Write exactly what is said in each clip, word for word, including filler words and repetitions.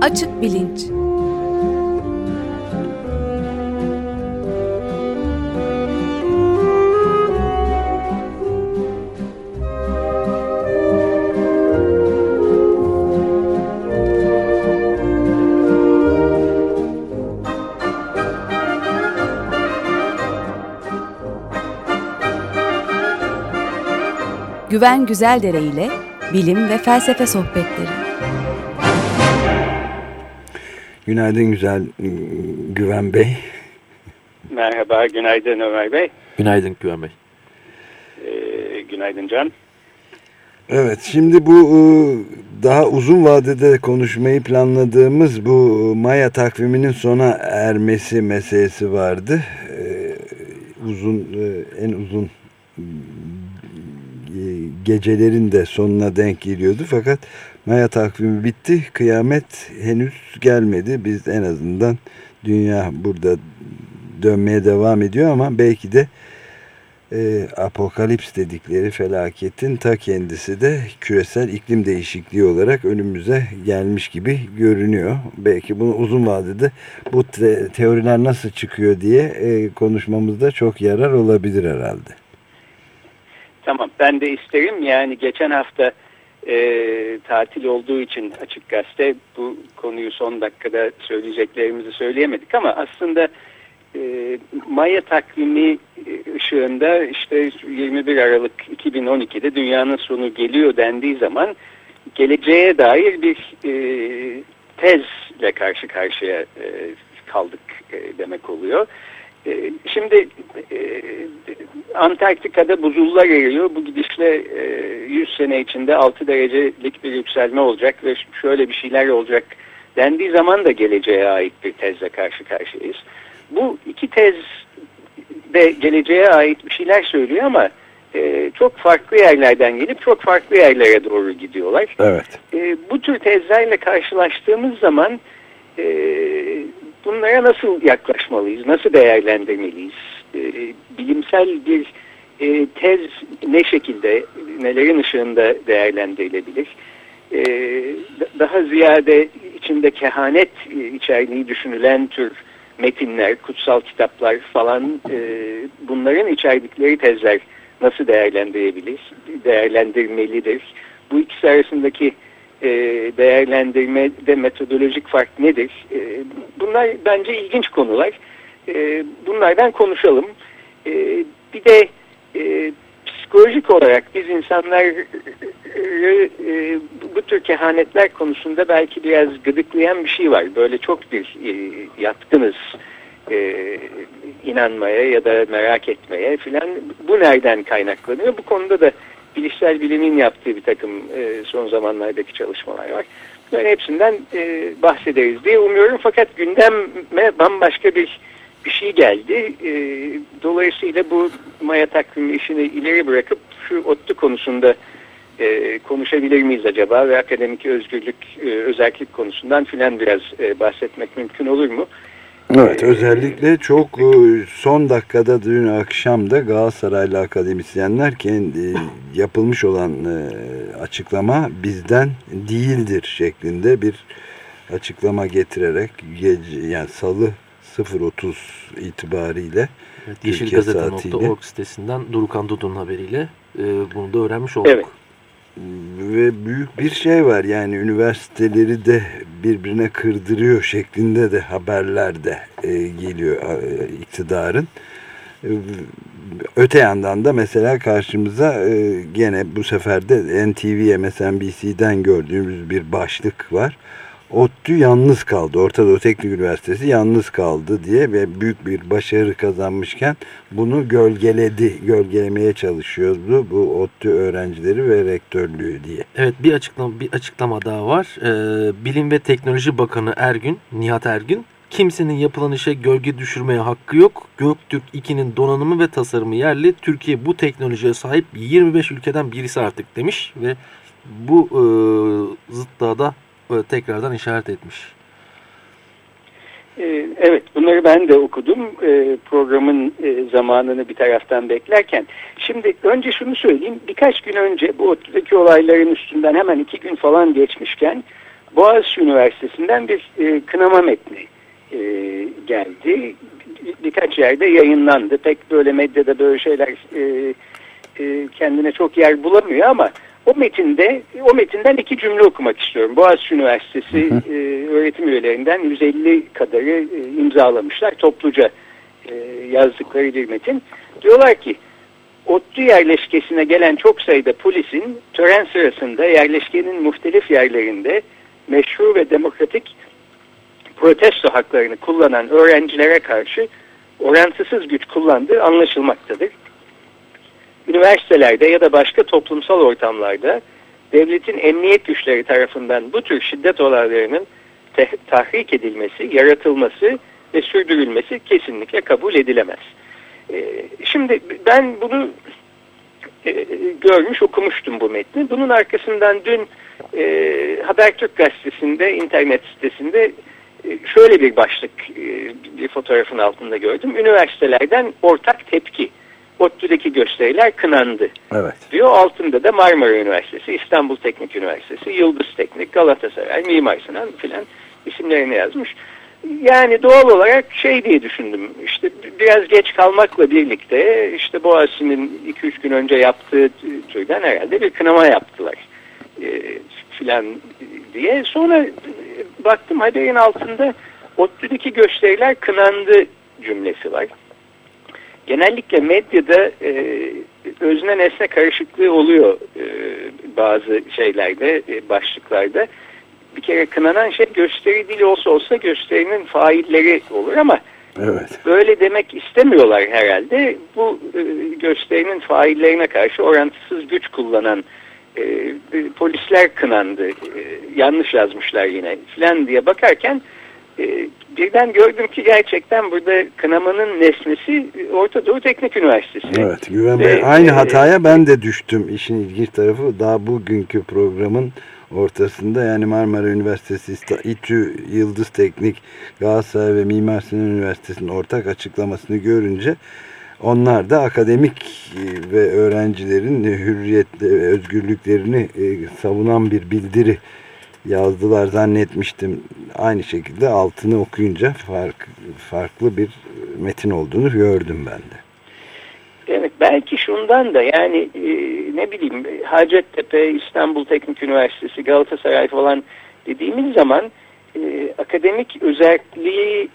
Açık bilinç. Güven Güzeldere ile bilim ve felsefe sohbetleri. Günaydın Güzel Güven Bey. Merhaba, günaydın Ömer Bey. Günaydın Güven Bey. Ee, günaydın Can. Evet, şimdi bu daha uzun vadede konuşmayı planladığımız bu Maya takviminin sona ermesi meselesi vardı. Ee, uzun, en uzun gecelerin de sonuna denk geliyordu. Fakat Maya takvimi bitti. Kıyamet henüz gelmedi. Biz en azından dünya burada dönmeye devam ediyor ama belki de e, apokalips dedikleri felaketin ta kendisi de küresel iklim değişikliği olarak önümüze gelmiş gibi görünüyor. Belki bunu uzun vadede bu te teoriler nasıl çıkıyor diye e, konuşmamızda çok yarar olabilir herhalde. Tamam, ben de isterim. Yani geçen hafta e, tatil olduğu için Açık Gazete bu konuyu son dakikada söyleyeceklerimizi söyleyemedik ama aslında e, Maya takvimi ışığında işte yirmi bir Aralık iki bin on iki'de dünyanın sonu geliyor dendiği zaman geleceğe dair bir e, tezle karşı karşıya e, kaldık e, demek oluyor. Şimdi Antarktika'da buzullar eriyor. Bu gidişle yüz sene içinde altı derecelik bir yükselme olacak ve şöyle bir şeyler olacak dendiği zaman da geleceğe ait bir tezle karşı karşıyayız. Bu iki tez de geleceğe ait bir şeyler söylüyor ama çok farklı yerlerden gelip çok farklı yerlere doğru gidiyorlar. Evet. Bu tür tezlerle karşılaştığımız zaman bunlara nasıl yaklaşmalıyız, nasıl değerlendirmeliyiz? E, bilimsel bir e, tez ne şekilde, nelerin ışığında değerlendirilebilir? E, daha ziyade içinde kehanet e, içerdiği düşünülen tür metinler, kutsal kitaplar falan e, bunların içerdikleri tezler nasıl değerlendirebilir, değerlendirmelidir? Bu ikisi arasındaki E, değerlendirmede metodolojik fark nedir? E, bunlar bence ilginç konular. E, bunlardan konuşalım. E, bir de e, psikolojik olarak biz insanları e, bu tür kehanetler konusunda belki biraz gıdıklayan bir şey var. Böyle çok bir e, yatkınız e, inanmaya ya da merak etmeye filan. Bu nereden kaynaklanıyor? Bu konuda da bilişsel bilimin yaptığı bir takım e, son zamanlardaki çalışmalar var. Yani hepsinden e, bahsederiz diye umuyorum. Fakat gündeme bambaşka bir bir şey geldi. E, dolayısıyla bu Maya takvimi işini ileri bırakıp şu ODTÜ konusunda e, konuşabilir miyiz acaba ve akademik özgürlük, e, özellik konusundan filan biraz e, bahsetmek mümkün olur mu? Evet, özellikle çok son dakikada dün akşam da Galatasaraylı akademisyenler kendi yapılmış olan açıklama bizden değildir şeklinde bir açıklama getirerek yani salı sıfır otuz itibariyle evet, yeşil gazete nokta org sitesinden Durukan Dudu'nun haberiyle e, bunu da öğrenmiş olduk. Evet. Ve büyük bir şey var yani üniversiteleri de birbirine kırdırıyor şeklinde de haberler de e, geliyor e, iktidarın. E, öte yandan da mesela karşımıza e, gene bu sefer de N T V, M S N B C'den gördüğümüz bir başlık var. ODTÜ yalnız kaldı. Orta Doğu Teknik Üniversitesi yalnız kaldı diye ve büyük bir başarı kazanmışken bunu gölgeledi, gölgelemeye çalışıyordu bu ODTÜ öğrencileri ve rektörlüğü diye. Evet, bir açıklama bir açıklama daha var. Ee, Bilim ve Teknoloji Bakanı Ergün, Nihat Ergün, kimsenin yapılan işe gölge düşürmeye hakkı yok. Göktürk iki'nin donanımı ve tasarımı yerli. Türkiye bu teknolojiye sahip yirmi beş ülkeden birisi artık demiş ve bu e, zıtlığa da tekrardan işaret etmiş. Evet, bunları ben de okudum programın zamanını bir taraftan beklerken. Şimdi önce şunu söyleyeyim, birkaç gün önce bu ODTÜ'deki olayların üstünden hemen iki gün falan geçmişken Boğaziçi Üniversitesi'nden bir e, kınama metni e, geldi. Birkaç yerde yayınlandı. Pek böyle medyada böyle şeyler e, e, kendine çok yer bulamıyor ama o metinde, o metinden iki cümle okumak istiyorum. Boğaziçi Üniversitesi hı hı. E, öğretim üyelerinden yüz elli kadarı e, imzalamışlar. Topluca e, yazdıkları bir metin. Diyorlar ki, ODTÜ yerleşkesine gelen çok sayıda polisin tören sırasında yerleşkenin muhtelif yerlerinde meşru ve demokratik protesto haklarını kullanan öğrencilere karşı orantısız güç kullandığı anlaşılmaktadır. Üniversitelerde ya da başka toplumsal ortamlarda devletin emniyet güçleri tarafından bu tür şiddet olaylarının te- tahrik edilmesi, yaratılması ve sürdürülmesi kesinlikle kabul edilemez. Ee, şimdi ben bunu e, görmüş, okumuştum bu metni. Bunun arkasından dün e, Habertürk gazetesinde, internet sitesinde e, şöyle bir başlık, e, bir fotoğrafın altında gördüm. Üniversitelerden ortak tepki. ODTÜ'deki gösteriler kınandı. Evet. Diyor. Altında da Marmara Üniversitesi, İstanbul Teknik Üniversitesi, Yıldız Teknik, Galatasaray, Mimar Sinan filan isimlerini yazmış. Yani doğal olarak şey diye düşündüm. İşte biraz geç kalmakla birlikte işte Boğaziçi'nin iki üç gün önce yaptığı türden herhalde bir kınama yaptılar e, filan diye. Sonra baktım haberin altında ODTÜ'deki gösteriler kınandı cümlesi var. Genellikle medyada e, özne nesne karışıklığı oluyor e, bazı şeylerde, e, başlıklarda. Bir kere kınanan şey gösteri dili olsa olsa gösterinin failleri olur ama evet. Böyle demek istemiyorlar herhalde. Bu e, gösterinin faillerine karşı orantısız güç kullanan e, e, polisler kınandı. E, yanlış yazmışlar yine filan diye bakarken e, birden gördüm ki gerçekten burada kınamanın nesnesi Orta Doğu Teknik Üniversitesi. Evet, Güven Bey, aynı hataya ben de düştüm. İşin ilginç tarafı daha bugünkü programın ortasında, yani Marmara Üniversitesi, İTÜ, Yıldız Teknik, Galatasaray ve Mimar Sinan Üniversitesi'nin ortak açıklamasını görünce onlar da akademik ve öğrencilerin hürriyet ve özgürlüklerini savunan bir bildiri yazdılar zannetmiştim. Aynı şekilde altını okuyunca fark, farklı bir metin olduğunu gördüm ben de. Evet, belki şundan da yani e, ne bileyim Hacettepe, İstanbul Teknik Üniversitesi, Galatasaray falan dediğimiz zaman e, akademik özelliğine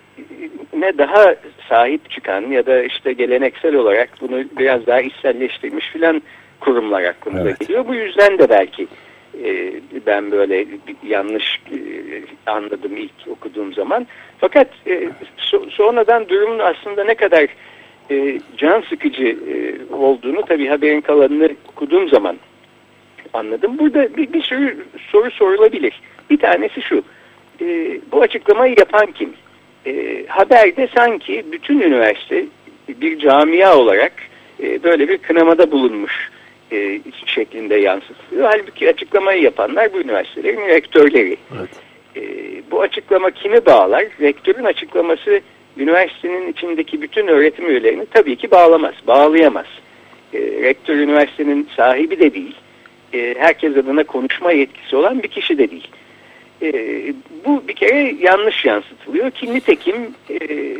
daha sahip çıkan ya da işte geleneksel olarak bunu biraz daha içselleştirmiş filan kurumlar aklımıza evet. geliyor. Bu yüzden de belki e, ben böyle yanlış e, anladım ilk okuduğum zaman. Fakat e, so, sonradan durumun aslında ne kadar E, can sıkıcı e, olduğunu tabii haberin kalanını okuduğum zaman anladım. Burada bir, bir sürü soru sorulabilir. Bir tanesi şu, e, bu açıklamayı yapan kim? E, haberde sanki bütün üniversite bir camia olarak e, böyle bir kınamada bulunmuş e, şeklinde yansıtılıyor. Halbuki açıklamayı yapanlar bu üniversitelerin rektörleri. Evet. E, bu açıklama kimi bağlar? Rektörün açıklaması üniversitenin içindeki bütün öğretim üyelerini tabii ki bağlamaz, bağlayamaz. E, rektör üniversitenin sahibi de değil, e, herkes adına konuşma yetkisi olan bir kişi de değil. E, bu bir kere yanlış yansıtılıyor ki nitekim e,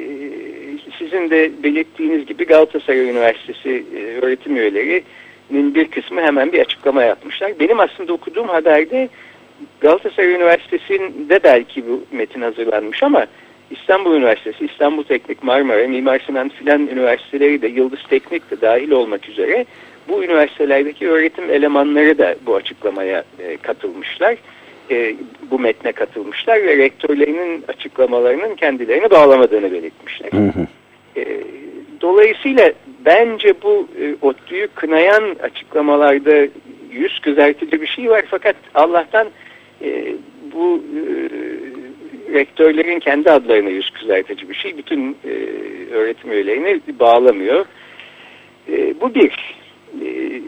sizin de belirttiğiniz gibi Galatasaray Üniversitesi e, öğretim üyelerinin bir kısmı hemen bir açıklama yapmışlar. Benim aslında okuduğum haberde Galatasaray Üniversitesi'nde belki bu metin hazırlanmış ama İstanbul Üniversitesi, İstanbul Teknik, Marmara, Mimar Sinan filan üniversiteleri de, Yıldız Teknik de dahil olmak üzere bu üniversitelerdeki öğretim elemanları da bu açıklamaya e, katılmışlar. E, bu metne katılmışlar ve rektörlerinin açıklamalarının kendilerini bağlamadığını belirtmişler. Hı hı. E, dolayısıyla bence bu e, ODTÜ'yü kınayan açıklamalarda yüz kızartıcı bir şey var fakat Allah'tan e, bu e, rektörlerin kendi adlarına yüz kızartıcı bir şey. Bütün e, öğretim üyelerini bağlamıyor. E, bu bir. E,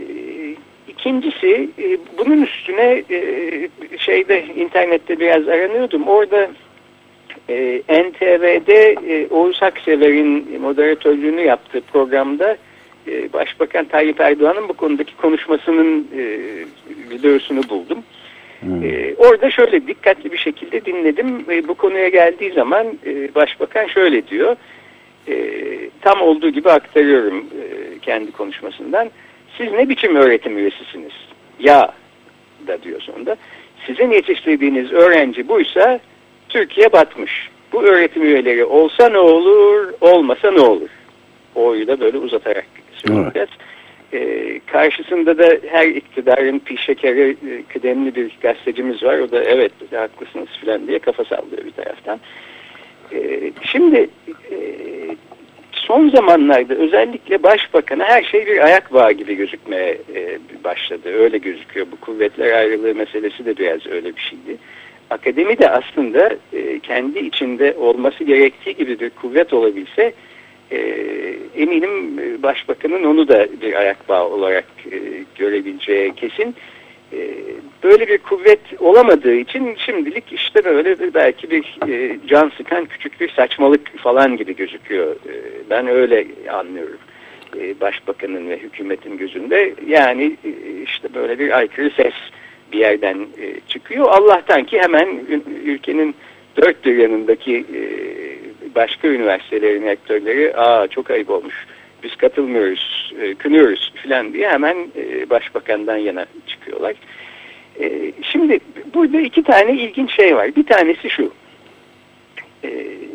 ikincisi, e, bunun üstüne e, şeyde internette biraz aranıyordum. Orada e, N T V'de e, Oğuz Aksever'in moderatörlüğünü yaptığı programda e, Başbakan Tayyip Erdoğan'ın bu konudaki konuşmasının e, videosunu buldum. Hmm. E, orada şöyle dikkatli bir şekilde dinledim. E, bu konuya geldiği zaman e, Başbakan şöyle diyor. E, tam olduğu gibi aktarıyorum e, kendi konuşmasından. Siz ne biçim öğretim üyesisiniz? Ya da diyor sonunda. Sizin yetiştirdiğiniz öğrenci buysa Türkiye batmış. Bu öğretim üyeleri olsa ne olur, olmasa ne olur? O'yu da böyle uzatarak söyleyeceğiz. Evet. Ee, karşısında da her iktidarın pişekeri e, kıdemli bir gazetecimiz var. O da evet haklısınız filan diye kafa sallıyor bir taraftan. Ee, şimdi e, son zamanlarda özellikle Başbakan'a her şey bir ayak bağı gibi gözükmeye e, başladı. Öyle gözüküyor. Bu kuvvetler ayrılığı meselesi de biraz öyle bir şeydi. Akademi de aslında e, kendi içinde olması gerektiği gibi bir kuvvet olabilse e, eminim Başbakan'ın onu da bir ayak bağı olarak e, görebileceği kesin. E, böyle bir kuvvet olamadığı için şimdilik işte böyle bir, belki bir e, can sıkan küçük bir saçmalık falan gibi gözüküyor. E, ben öyle anlıyorum. E, Başbakan'ın ve hükümetin gözünde yani e, işte böyle bir aykırı ses bir yerden e, çıkıyor. Allah'tan ki hemen ülkenin dört bir yanındaki e, başka üniversitelerin rektörleri aa çok ayıp olmuş, biz katılmıyoruz, e, kınıyoruz filan diye hemen e, Başbakan'dan yana çıkıyorlar. E, şimdi burada iki tane ilginç şey var. Bir tanesi şu. E,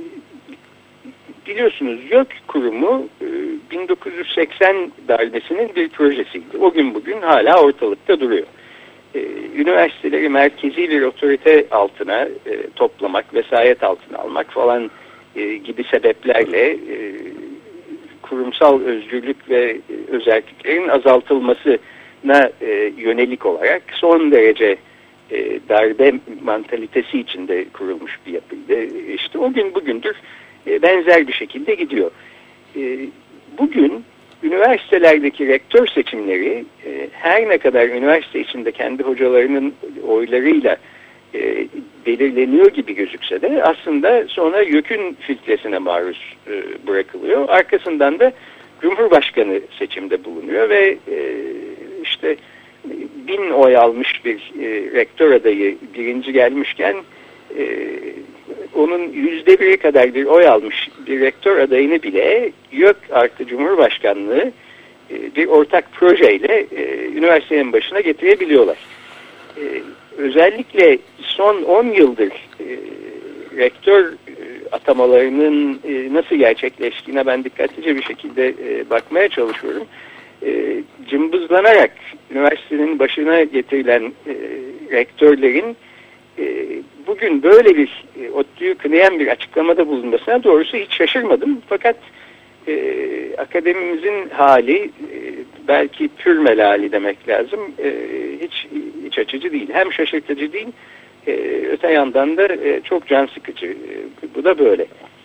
biliyorsunuz YÖK Kurumu e, bin dokuz yüz seksen darbesinin bir projesiydi. O gün bugün hala ortalıkta duruyor. Üniversiteleri merkezi bir otorite altına e, toplamak, vesayet altına almak falan e, gibi sebeplerle e, kurumsal özgürlük ve e, özelliklerin azaltılmasına e, yönelik olarak son derece e, darbe mantalitesi içinde kurulmuş bir yapıydı. İşte o gün bugündür e, benzer bir şekilde gidiyor. E, bugün üniversitelerdeki rektör seçimleri e, her ne kadar üniversite içinde kendi hocalarının oylarıyla e, belirleniyor gibi gözükse de aslında sonra YÖK'ün filtresine maruz e, bırakılıyor. Arkasından da Cumhurbaşkanı seçimde bulunuyor ve e, işte bin oy almış bir e, rektör adayı birinci gelmişken e, onun yüzde biri kadar bir oy almış bir rektör adayını bile YÖK artı Cumhurbaşkanlığı e, bir ortak projeyle e, üniversitenin başına getirebiliyorlar. E, özellikle son on yıldır e, rektör e, atamalarının e, nasıl gerçekleştiğine ben dikkatlice bir şekilde e, bakmaya çalışıyorum. E, cımbızlanarak üniversitenin başına getirilen e, rektörlerin e, bugün böyle bir e, ODTÜ'yü kınayan bir açıklamada bulunmasına doğrusu hiç şaşırmadım. Fakat e, akademimizin hali e, belki pür melali demek lazım. E, hiç hiç açıcı değil. Hem şaşırtıcı değil, e, öte yandan da e, çok can sıkıcı. E, bu da böyle.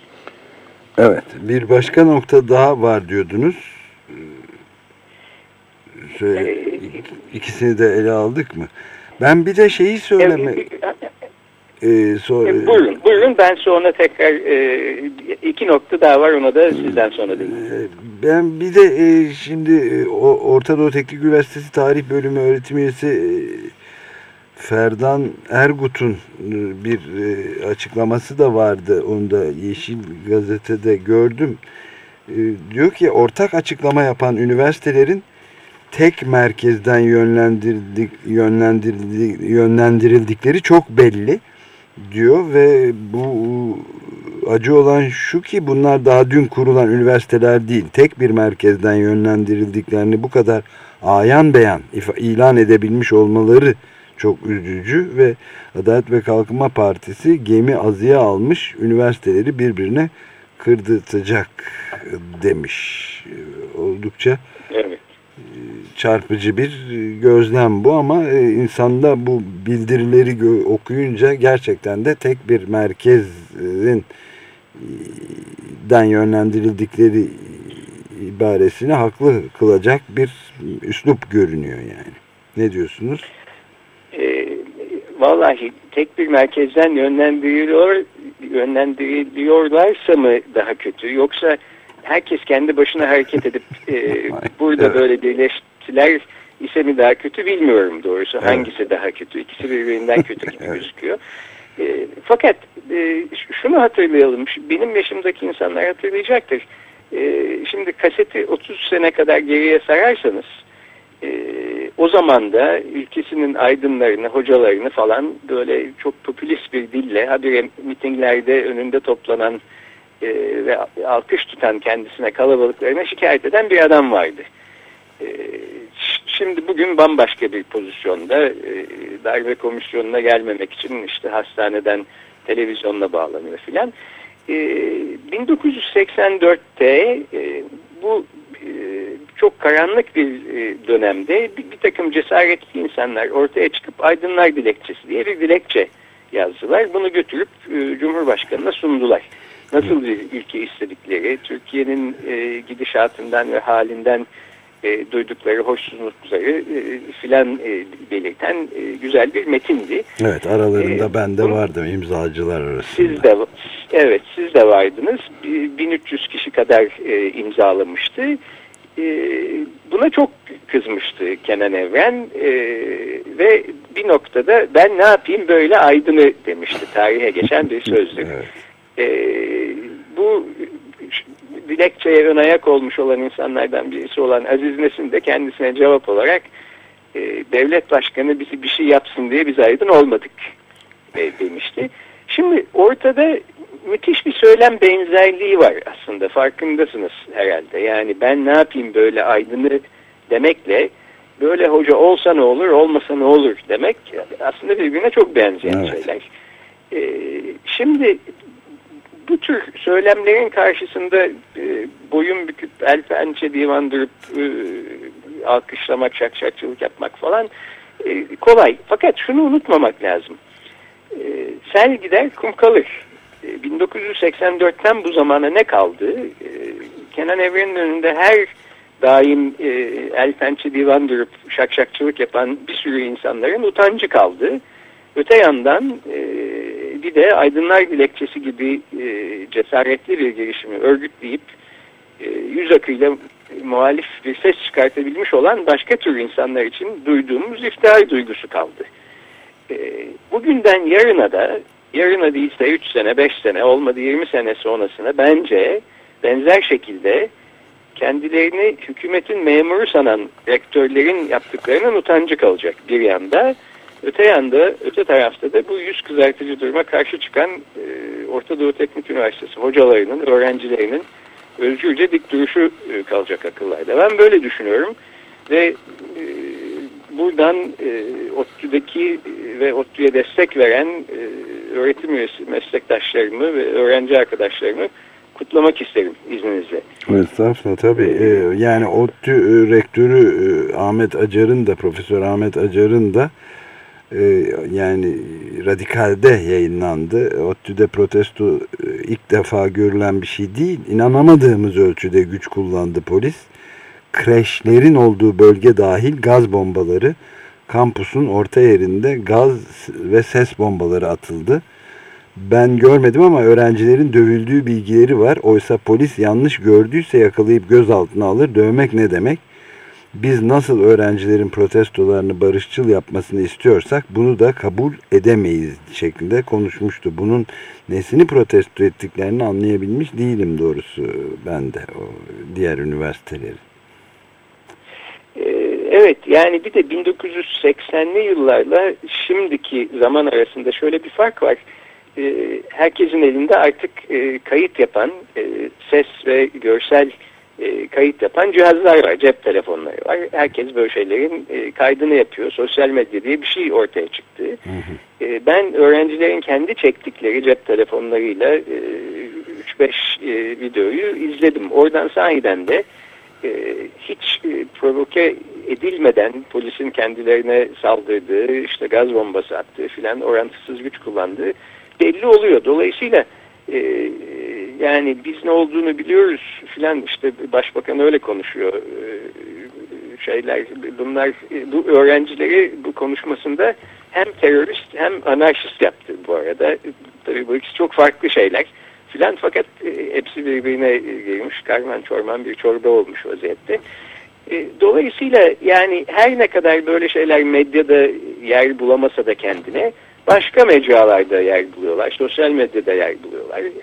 Evet. Bir başka nokta daha var diyordunuz. Söyle, e, ikisini de ele aldık mı? Ben bir de şeyi söyleme... Ee, sonra, e, buyurun, buyurun. Ben sonra tekrar e, iki nokta daha var. Ona da sizden sonra değil. Ben bir de e, şimdi e, o, Orta Doğu Teknik Üniversitesi Tarih Bölümü öğretim üyesi e, Ferdan Ergut'un e, bir e, açıklaması da vardı. Onu da Yeşil Gazete'de gördüm. E, diyor ki ortak açıklama yapan üniversitelerin tek merkezden yönlendirdik, yönlendirildik, yönlendirildikleri çok belli diyor ve bu acı olan şu ki bunlar daha dün kurulan üniversiteler değil. Tek bir merkezden yönlendirildiklerini bu kadar ayan beyan ilan edebilmiş olmaları çok üzücü ve Adalet ve Kalkınma Partisi gemi azıya almış üniversiteleri birbirine kırdırtacak demiş. Oldukça evet. Çarpıcı bir gözlem bu ama insanda bu bildirileri okuyunca gerçekten de tek bir merkezin den yönlendirildikleri ibaresini haklı kılacak bir üslup görünüyor yani. Ne diyorsunuz? E, vallahi tek bir merkezden yönlendiriliyor, yönlendiriliyorlarsa mı daha kötü? Yoksa herkes kendi başına hareket edip e, burada evet. böyle birleştiler ise mi daha kötü bilmiyorum doğrusu. Evet. Hangisi daha kötü? İkisi birbirinden kötü gibi evet. gözüküyor. E, fakat e, şunu hatırlayalım. Benim yaşımdaki insanlar hatırlayacaktır. E, şimdi kaseti otuz sene kadar geriye sararsanız e, o zaman da ülkesinin aydınlarını, hocalarını falan böyle çok popülist bir dille habire mitinglerde önünde toplanan e, ve alkış tutan kendisine kalabalıklarına şikayet eden bir adam vardı. E, şimdi bugün bambaşka bir pozisyonda e, darbe komisyonuna gelmemek için işte hastaneden televizyonla bağlanıyor filan. E, bin dokuz yüz seksen dörtte e, bu e, çok karanlık bir e, dönemde bir, bir takım cesaretli insanlar ortaya çıkıp Aydınlar Dilekçesi diye bir dilekçe yazdılar. Bunu götürüp e, Cumhurbaşkanı'na sundular. Nasıl bir ülke istedikleri, Türkiye'nin e, gidişatından ve halinden e, duydukları hoşsuzlukları e, filan e, belirten e, güzel bir metindi. Evet, aralarında e, ben de bunu, vardım imzacılar arasında. Siz de, evet, siz de vardınız. bin üç yüz kişi kadar e, imzalamıştı. E, buna çok kızmıştı Kenan Evren e, ve bir noktada ben ne yapayım böyle aydını demişti. Tarihe geçen bir sözdür. Evet. E, bu dilekçeye ön ayak olmuş olan insanlardan birisi olan Aziz Nesin de kendisine cevap olarak e, devlet başkanı bizi bir şey yapsın diye biz aydın olmadık e, demişti. Şimdi ortada müthiş bir söylem benzerliği var aslında, farkındasınız herhalde. Yani ben ne yapayım böyle aydını demekle böyle hoca olsa ne olur olmasa ne olur demek aslında birbirine çok benzeyen evet. şeyler. E, şimdi bu tür söylemlerin karşısında e, boyun büküp el pençe divan durup e, alkışlamak, şakşakçılık yapmak falan e, kolay. Fakat şunu unutmamak lazım. E, sel gider kum kalır. E, bin dokuz yüz seksen dörtten bu zamana ne kaldı? E, Kenan Evren'in önünde her daim e, el pençe divan durup şakşakçılık yapan bir sürü insanların utancı kaldı. Öte yandan e, bir de Aydınlar Dilekçesi gibi e, cesaretli bir girişimi örgütleyip e, yüz akıyla muhalif bir ses çıkartabilmiş olan başka tür insanlar için duyduğumuz iftihar duygusu kaldı. E, bugünden yarına da, yarına değilse üç sene, beş sene, olmadı yirmi sene sonrasına bence benzer şekilde kendilerini hükümetin memuru sanan rektörlerin yaptıklarının utancı kalacak bir yanda. Öte yanda, öte tarafta da bu yüz kızartıcı duruma karşı çıkan e, Orta Doğu Teknik Üniversitesi hocalarının, öğrencilerinin özgürce dik duruşu e, kalacak akıllarda. Ben böyle düşünüyorum ve e, buradan e, ODTÜ'deki ve ODTÜ'ye destek veren e, öğretim üyesi meslektaşlarımı ve öğrenci arkadaşlarımı kutlamak isterim izninizle. Estağfurullah tabii. Ee, yani ODTÜ rektörü e, Ahmet Acar'ın da, Profesör Ahmet Acar'ın da yani Radikal'de yayınlandı. ODTÜ'de protesto ilk defa görülen bir şey değil. İnanamadığımız ölçüde güç kullandı polis. Kreşlerin olduğu bölge dahil gaz bombaları, kampüsün orta yerinde gaz ve ses bombaları atıldı. Ben görmedim ama öğrencilerin dövüldüğü bilgileri var. Oysa polis yanlış gördüyse yakalayıp gözaltına alır. Dövmek ne demek? Biz nasıl öğrencilerin protestolarını barışçıl yapmasını istiyorsak bunu da kabul edemeyiz şeklinde konuşmuştu. Bunun nesini protesto ettiklerini anlayabilmiş değilim doğrusu ben de o diğer üniversiteleri. Evet, yani bir de bin dokuz yüz seksenli yıllarla şimdiki zaman arasında şöyle bir fark var. Herkesin elinde artık kayıt yapan, ses ve görsel kayıt yapan cihazlar var, cep telefonları var. Herkes böyle şeylerin kaydını yapıyor. Sosyal medya diye bir şey ortaya çıktı. Hı hı. Ben öğrencilerin kendi çektikleri cep telefonlarıyla üç beş videoyu izledim. Oradan sahiden de hiç provoke edilmeden polisin kendilerine saldırdığı, işte gaz bombası attığı filan orantısız güç kullandığı belli oluyor. Dolayısıyla e, yani biz ne olduğunu biliyoruz filan, işte başbakan öyle konuşuyor. E, şeyler bunlar, bu öğrencileri bu konuşmasında hem terörist hem anarşist yaptı bu arada. Tabii bu ikisi çok farklı şeyler filan, fakat e, hepsi birbirine girmiş, karman çorman bir çorba olmuş vaziyette. E, dolayısıyla yani her ne kadar böyle şeyler medyada yer bulamasa da kendine, başka mecralarda yer buluyorlar, sosyal medyada yer buluyorlar. E,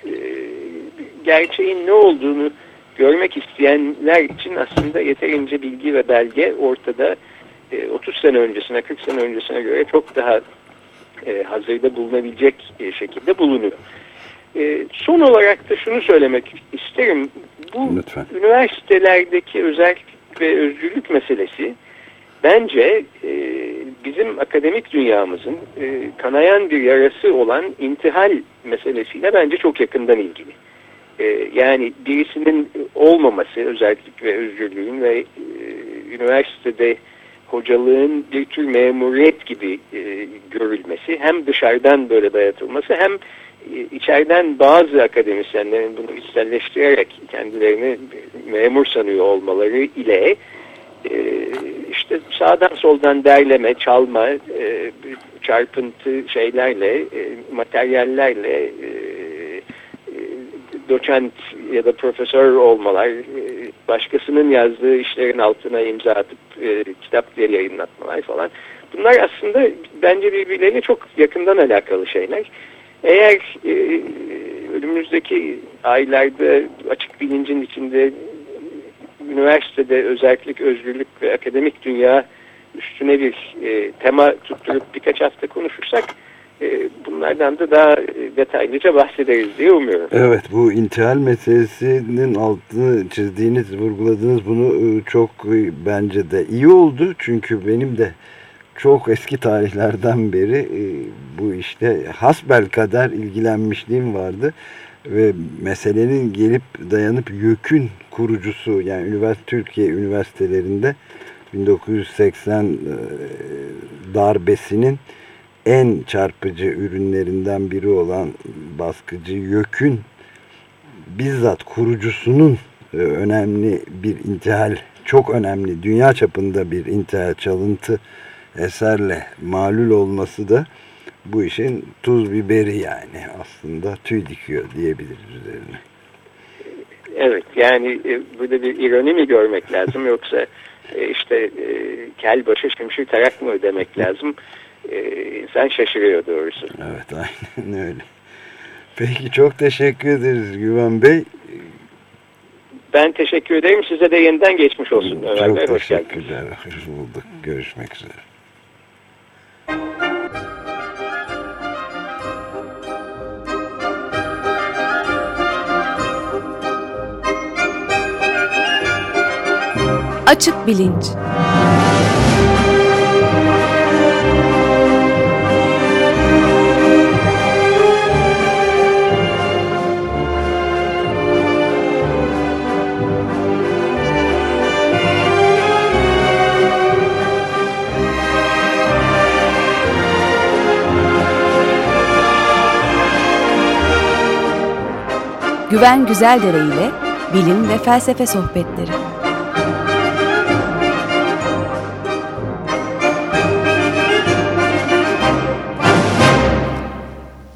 gerçeğin ne olduğunu görmek isteyenler için aslında yeterince bilgi ve belge ortada. E, otuz sene öncesine, kırk sene öncesine göre çok daha e, hazırda bulunabilecek e, şekilde bulunuyor. E, son olarak da şunu söylemek isterim. Bu Lütfen. Üniversitelerdeki özellik ve özgürlük meselesi bence e, bizim akademik dünyamızın e, kanayan bir yarası olan intihal meselesiyle bence çok yakından ilgili. E, yani birisinin olmaması, özellik ve özgürlüğün ve e, üniversitede hocalığın bir tür memuriyet gibi e, görülmesi, hem dışarıdan böyle dayatılması, hem e, içeriden bazı akademisyenlerin bunu içselleştirerek kendilerini memur sanıyor olmaları ile e, işte sağdan soldan derleme, çalma, e, çarpıntı şeylerle, e, materyallerle e, e, doçent ya da profesör olmalar, e, başkasının yazdığı işlerin altına imza atıp e, kitap diye yayınlatmalar falan. Bunlar aslında bence birbirleriyle çok yakından alakalı şeyler. Eğer e, önümüzdeki aylarda açık bilincin içinde üniversitede özellik, özgürlük ve akademik dünya üstüne bir e, tema tutturup birkaç hafta konuşursak e, bunlardan da daha detaylıca bahsederiz diye umuyorum. Evet, bu intihal meselesinin altını çizdiğiniz, vurguladığınız bunu çok bence de iyi oldu. Çünkü benim de çok eski tarihlerden beri e, bu işte hasbelkader ilgilenmişliğim vardı. Ve meselenin gelip dayanıp YÖK'ün kurucusu, yani üniversite, Türkiye üniversitelerinde bin dokuz yüz seksen e, darbesinin en çarpıcı ürünlerinden biri olan baskıcı YÖK'ün bizzat kurucusunun e, önemli bir intihal, çok önemli, dünya çapında bir intihal, çalıntı eserle malul olması da bu işin tuz biberi, yani aslında tüy dikiyor diyebiliriz üzerine. Evet, yani e, burada bir ironi mi görmek lazım, yoksa e, işte e, kel başa şimşir tarak mı demek lazım? E, insan şaşırıyor doğrusu. Evet, aynen öyle. Peki, çok teşekkür ederiz Güven Bey. Ben teşekkür ederim. Size de yeniden geçmiş olsun. Çok Ömer Bey, hoş teşekkürler. Hoş bulduk. Görüşmek üzere. Açık Bilinç. Güven Güzeldere ile bilim ve felsefe sohbetleri.